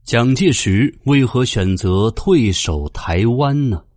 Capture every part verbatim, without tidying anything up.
蒋介石为何选择退守台湾呢？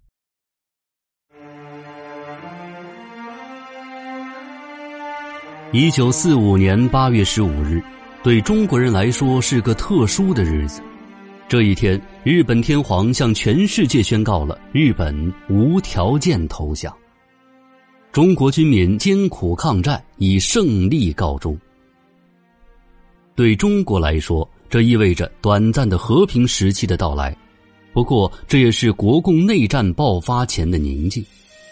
一九四五年八月十五日，对中国人来说是个特殊的日子。这一天，日本天皇向全世界宣告了日本无条件投降。中国军民艰苦抗战以胜利告终。对中国来说，这意味着短暂的和平时期的到来，不过这也是国共内战爆发前的宁静。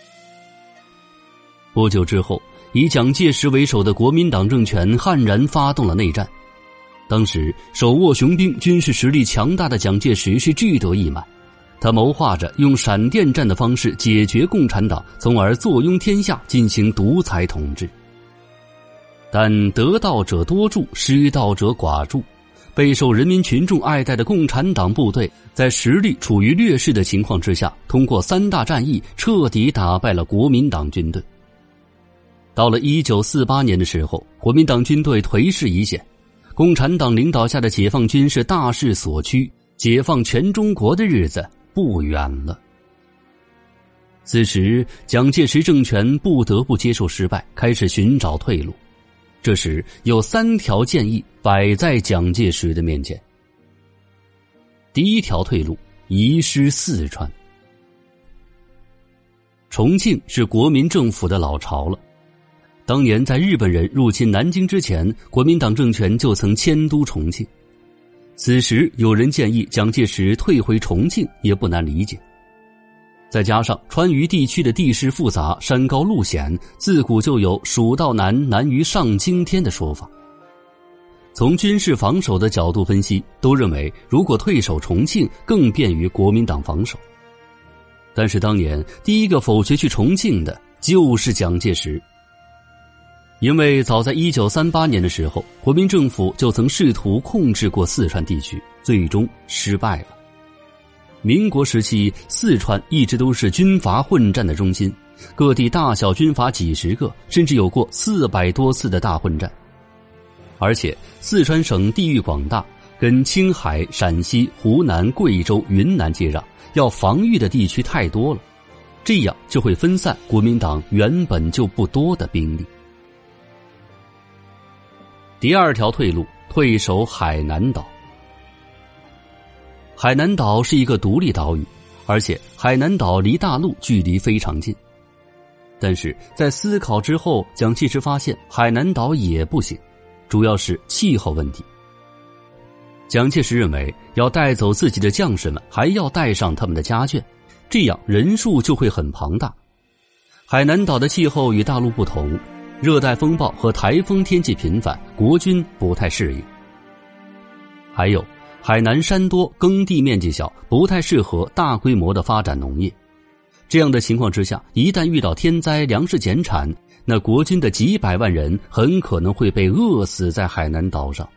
不久之后，以蒋介石为首的国民党政权悍然发动了内战。当时手握雄兵、军事实力强大的蒋介石是志得意满，他谋划着用闪电战的方式解决共产党，从而坐拥天下，进行独裁统治。但得道者多助，失道者寡助。备受人民群众爱戴的共产党部队，在实力处于劣势的情况之下，通过三大战役彻底打败了国民党军队。到了一九四八年的时候，国民党军队颓势已显，共产党领导下的解放军是大势所趋，解放全中国的日子不远了。此时，蒋介石政权不得不接受失败，开始寻找退路。这时有三条建议摆在蒋介石的面前。第一条退路，移师四川。重庆是国民政府的老巢了，当年在日本人入侵南京之前，国民党政权就曾迁都重庆。此时有人建议蒋介石退回重庆，也不难理解。再加上川渝地区的地势复杂，山高路险，自古就有蜀道难，难于上青天的说法。从军事防守的角度分析，都认为如果退守重庆更便于国民党防守。但是当年第一个否决去重庆的就是蒋介石。因为早在一九三八年的时候，国民政府就曾试图控制过四川地区，最终失败了。民国时期，四川一直都是军阀混战的中心，各地大小军阀几十个，甚至有过四百多次的大混战。而且四川省地域广大，跟青海、陕西、湖南、贵州、云南接壤，要防御的地区太多了，这样就会分散国民党原本就不多的兵力。第二条退路，退守海南岛。海南岛是一个独立岛屿，而且海南岛离大陆距离非常近。但是在思考之后，蒋介石发现海南岛也不行，主要是气候问题。蒋介石认为要带走自己的将士们，还要带上他们的家眷，这样人数就会很庞大。海南岛的气候与大陆不同，热带风暴和台风天气频繁，国军不太适应。还有海南山多，耕地面积小，不太适合大规模的发展农业。这样的情况之下，一旦遇到天灾，粮食减产，那国军的几百万人很可能会被饿死在海南岛上。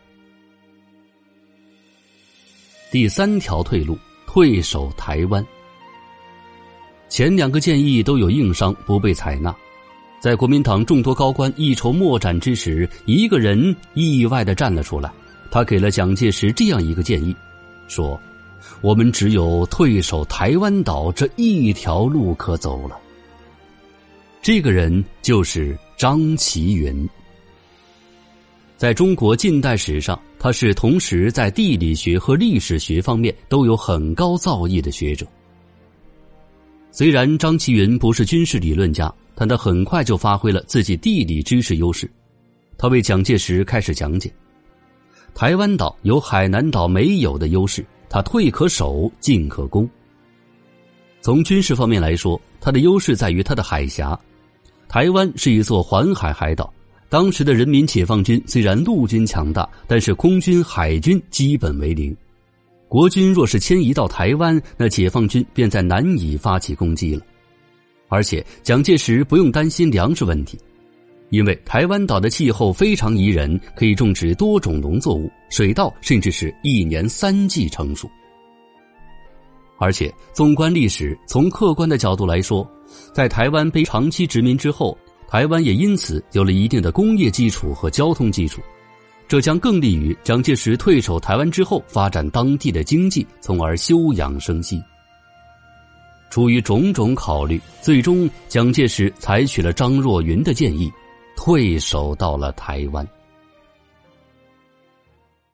第三条退路，退守台湾。前两个建议都有硬伤，不被采纳。在国民党众多高官一筹莫展之时，一个人意外地站了出来，他给了蒋介石这样一个建议，说我们只有退守台湾岛这一条路可走了。这个人就是张其云。在中国近代史上，他是同时在地理学和历史学方面都有很高造诣的学者。虽然张其云不是军事理论家，但他很快就发挥了自己地理知识优势。他为蒋介石开始讲解台湾岛有海南岛没有的优势，它退可守，进可攻。从军事方面来说，它的优势在于它的海峡。台湾是一座环海海岛，当时的人民解放军虽然陆军强大，但是空军、海军基本为零。国军若是迁移到台湾，那解放军便再难以发起攻击了。而且蒋介石不用担心粮食问题，因为台湾岛的气候非常宜人，可以种植多种农作物，水稻甚至是一年三季成熟。而且纵观历史，从客观的角度来说，在台湾被长期殖民之后，台湾也因此有了一定的工业基础和交通基础。 这将更利于蒋介石退守台湾之后发展当地的经济，从而休养生息。出于种种考虑，最终蒋介石采取了张若昀的建议，退守到了台湾。